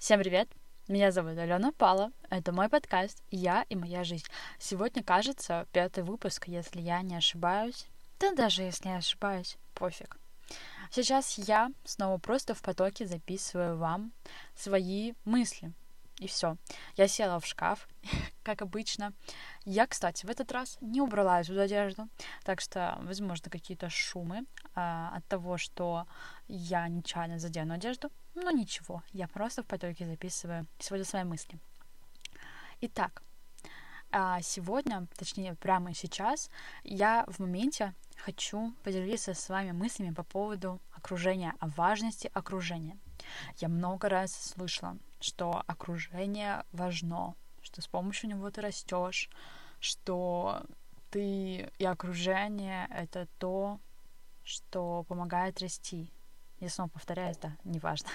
Всем привет! Меня зовут Алена Пала. Это мой подкаст «Я и моя жизнь». Сегодня, кажется, 5-й выпуск, если я не ошибаюсь. Да даже если я ошибаюсь, пофиг. Сейчас я снова просто в потоке записываю вам свои мысли. И все. Я села в шкаф, как обычно. Я, кстати, в этот раз не убрала эту одежду, так что, возможно, какие-то шумы от того, что я нечаянно задену одежду. Но ничего, я просто в потоке записываю сегодня свои мысли. Итак, сегодня, точнее, прямо сейчас, я в моменте хочу поделиться с вами мыслями по поводу окружения, о важности окружения. Я много раз слышала, что окружение важно, что с помощью него ты растешь, что ты и окружение — это то, что помогает расти. Я снова повторяюсь, да, неважно.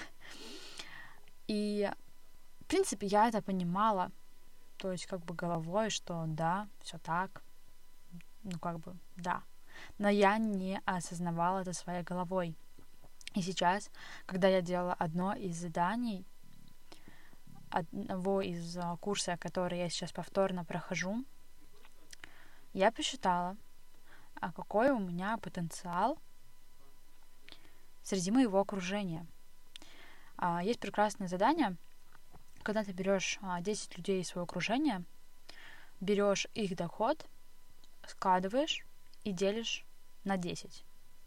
И, в принципе, я это понимала, то есть как бы головой, что да, все так, да. Но я не осознавала это своей головой. И сейчас, когда я делала одно из заданий, одного из курса, который я сейчас повторно прохожу, я посчитала, какой у меня потенциал среди моего окружения. Есть прекрасное задание, когда ты берешь 10 людей из своего окружения, берешь их доход, складываешь и делишь на 10.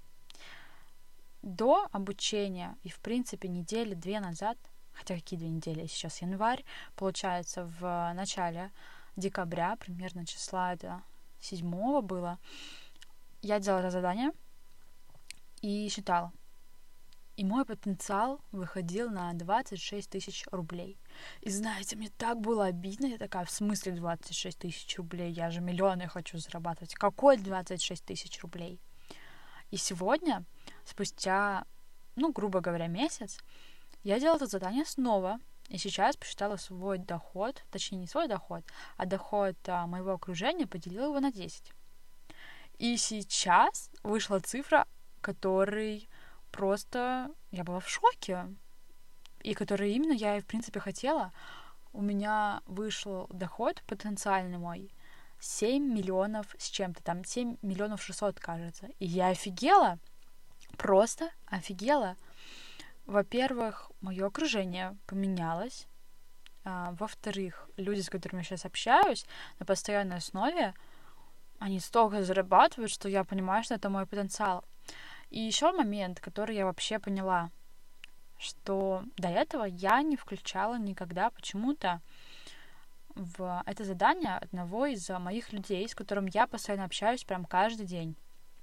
До обучения и, в принципе, недели 2 назад, хотя какие 2 недели, сейчас январь, получается, в начале декабря, примерно числа это 7 было, я делала это задание и считала. И мой потенциал выходил на 26 тысяч рублей. И знаете, мне так было обидно. Я такая, в смысле 26 тысяч рублей? Я же миллионы хочу зарабатывать. Какой 26 тысяч рублей? И сегодня, спустя, грубо говоря, месяц, я делала это задание снова. И сейчас посчитала свой доход, точнее, не свой доход, а доход моего окружения, поделила его на 10. И сейчас вышла цифра, которой просто я была в шоке. И который именно я, в принципе, хотела. У меня вышел доход потенциальный мой 7 миллионов с чем-то. Там 7 миллионов 600, кажется. И я офигела. Просто офигела. Во-первых, мое окружение поменялось. Во-вторых, люди, с которыми я сейчас общаюсь на постоянной основе, они столько зарабатывают, что я понимаю, что это мой потенциал. И еще момент, который я вообще поняла, что до этого я не включала никогда почему-то в это задание одного из моих людей, с которым я постоянно общаюсь прям каждый день.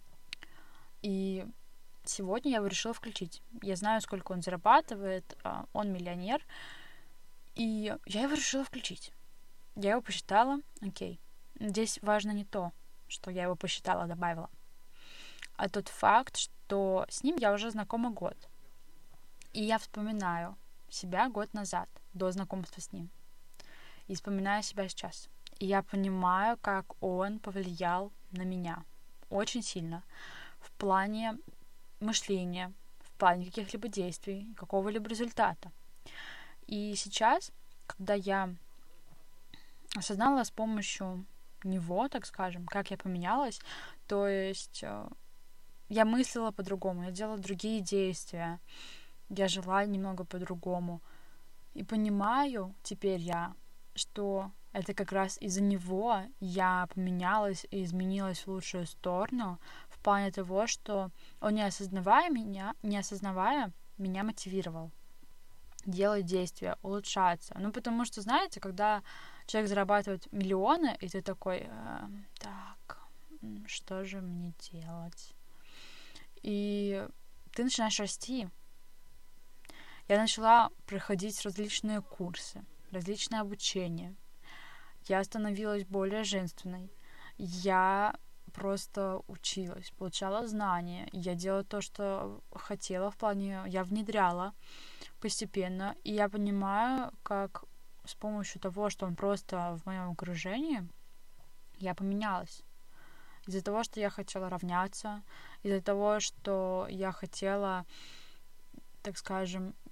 И сегодня я его решила включить. Я знаю, сколько он зарабатывает, он миллионер, и я его решила включить. Я его посчитала, окей. Здесь важно не то, что я его посчитала, добавила, а тот факт, что с ним я уже знакома год. И я вспоминаю себя год назад, до знакомства с ним. И вспоминаю себя сейчас. И я понимаю, как он повлиял на меня очень сильно в плане мышления, в плане каких-либо действий, какого-либо результата. И сейчас, когда я осознала с помощью него, так скажем, как я поменялась, то есть я мыслила по-другому, я делала другие действия, я жила немного по-другому. И понимаю теперь я, что это как раз из-за него я поменялась и изменилась в лучшую сторону, в плане того, что он, не осознавая меня мотивировал делать действия, улучшаться. Потому что, знаете, когда человек зарабатывает миллионы, и ты такой, так, что же мне делать? И ты начинаешь расти. Я начала проходить различные курсы, различное обучение. Я становилась более женственной. Я просто училась, получала знания. Я делала то, что хотела в плане... Я внедряла постепенно. И я понимаю, как с помощью того, что он просто в моем окружении, я поменялась. Из-за того, что я хотела равняться, из-за того, что я хотела, так скажем,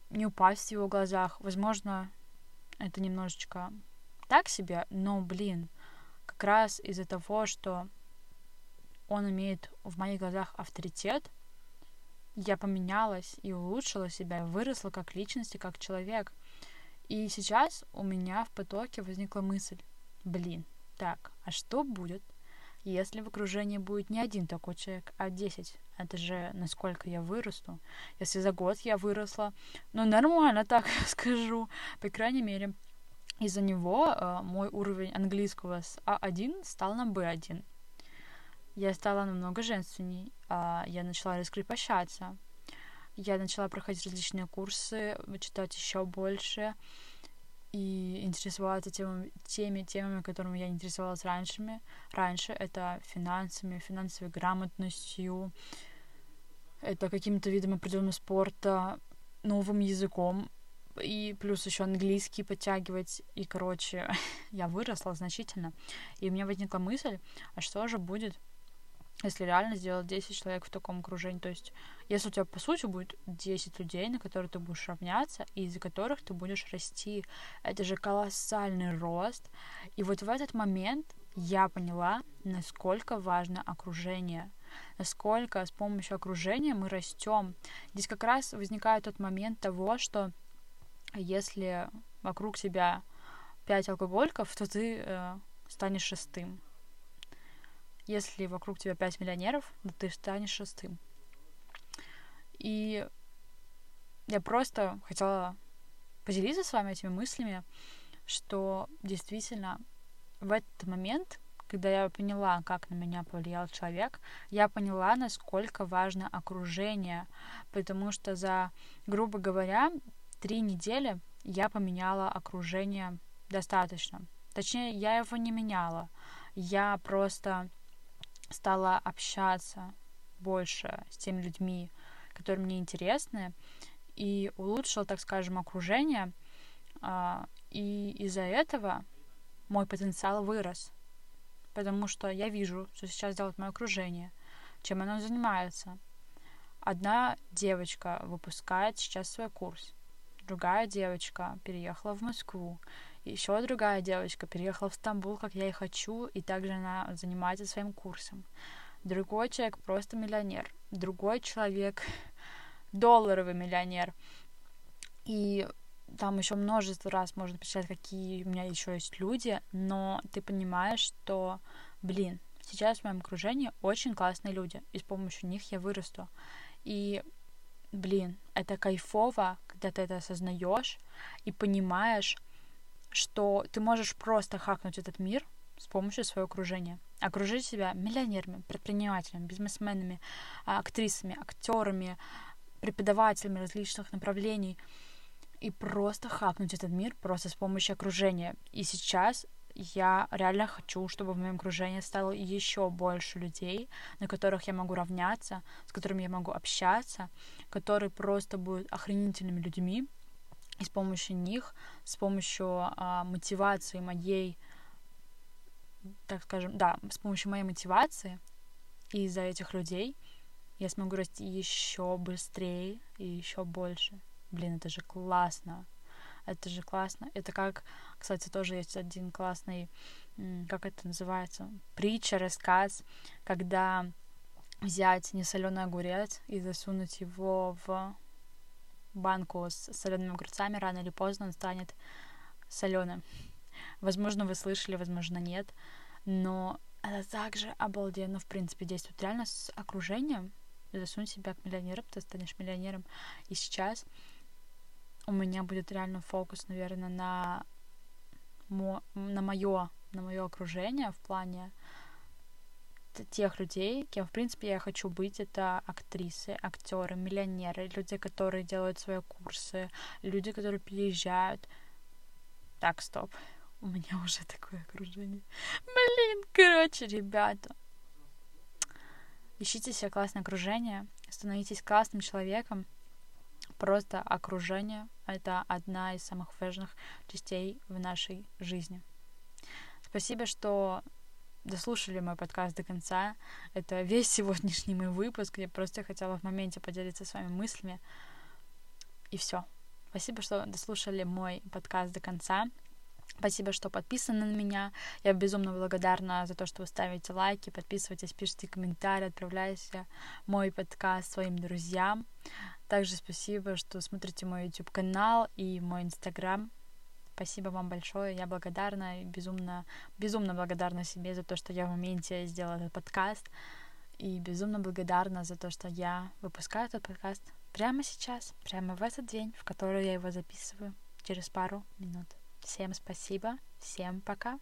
не упасть в его глазах. Возможно, это немножечко так себе, но, как раз из-за того, что он имеет в моих глазах авторитет, я поменялась и улучшила себя, выросла как личность и как человек. И сейчас у меня в потоке возникла мысль, так, а что будет, если в окружении будет не один такой человек, а 10? Это же насколько я вырасту. Если за год я выросла, нормально так скажу. По крайней мере, из-за него мой уровень английского с А1 стал на Б1. Я стала намного женственней, я начала раскрепощаться, я начала проходить различные курсы, читать еще больше и интересоваться теми темами, которыми я интересовалась раньше. Это финансами, финансовой грамотностью, это каким-то видом определенного спорта, новым языком, и плюс еще английский подтягивать. И, я выросла значительно. И у меня возникла мысль, а что же будет, если реально сделать 10 человек в таком окружении? То есть, если у тебя, по сути, будет 10 людей, на которые ты будешь равняться, и из-за которых ты будешь расти. Это же колоссальный рост. И вот в этот момент я поняла, насколько важно окружение, насколько с помощью окружения мы растем. Здесь как раз возникает тот момент того, что если вокруг тебя 5 алкоголиков, то ты станешь 6-м. Если вокруг тебя 5 миллионеров, то ты станешь 6-м. И я просто хотела поделиться с вами этими мыслями, что действительно в этот момент, когда я поняла, как на меня повлиял человек, я поняла, насколько важно окружение, потому что за, грубо говоря, 3 недели я поменяла окружение достаточно. Точнее, я его не меняла. Я просто стала общаться больше с теми людьми, которые мне интересны, и улучшила, так скажем, окружение. И из-за этого мой потенциал вырос, потому что я вижу, что сейчас делает мое окружение, чем оно занимается. Одна девочка выпускает сейчас свой курс, другая девочка переехала в Москву, еще другая девочка переехала в Стамбул, как я и хочу, и также она занимается своим курсом. Другой человек просто миллионер, другой человек долларовый миллионер. И там еще множество раз можно писать, какие у меня еще есть люди, но ты понимаешь, что, сейчас в моем окружении очень классные люди, и с помощью них я вырасту. И, это кайфово, когда ты это осознаешь и понимаешь, что ты можешь просто хакнуть этот мир с помощью своего окружения. Окружить себя миллионерами, предпринимателями, бизнесменами, актрисами, актерами, преподавателями различных направлений. И просто хакнуть этот мир просто с помощью окружения. И сейчас я реально хочу, чтобы в моем окружении стало еще больше людей, на которых я могу равняться, с которыми я могу общаться, которые просто будут охренительными людьми. И с помощью них, с помощью мотивации моей, так скажем, с помощью моей мотивации и из-за этих людей я смогу расти еще быстрее и еще больше. Это же классно. Это же классно. Это как, кстати, тоже есть один классный, как это называется, притча, рассказ, когда взять несоленый огурец и засунуть его в банку с солеными огурцами, рано или поздно он станет соленым. Возможно, вы слышали, возможно, нет, но это также обалденно, в принципе, действует реально с окружением. Засунь себя к миллионерам, ты станешь миллионером. И сейчас у меня будет реально фокус, наверное, на мое окружение в плане тех людей, кем, в принципе, я хочу быть. Это актрисы, актеры, миллионеры, люди, которые делают свои курсы, люди, которые переезжают. Так, стоп. У меня уже такое окружение. Ребята. Ищите себе классное окружение, становитесь классным человеком. Просто окружение — это одна из самых важных частей в нашей жизни. Спасибо, что дослушали мой подкаст до конца. Это весь сегодняшний мой выпуск. Я просто хотела в моменте поделиться с вами мыслями. И все. Спасибо, что дослушали мой подкаст до конца. Спасибо, что подписаны на меня. Я безумно благодарна за то, что вы ставите лайки, подписывайтесь, пишите комментарии, отправляйте мой подкаст своим друзьям. Также спасибо, что смотрите мой YouTube-канал и мой Instagram. Спасибо вам большое. Я благодарна и безумно благодарна себе за то, что я в моменте сделала этот подкаст. И безумно благодарна за то, что я выпускаю этот подкаст прямо сейчас, прямо в этот день, в который я его записываю, через пару минут. Всем спасибо, всем пока.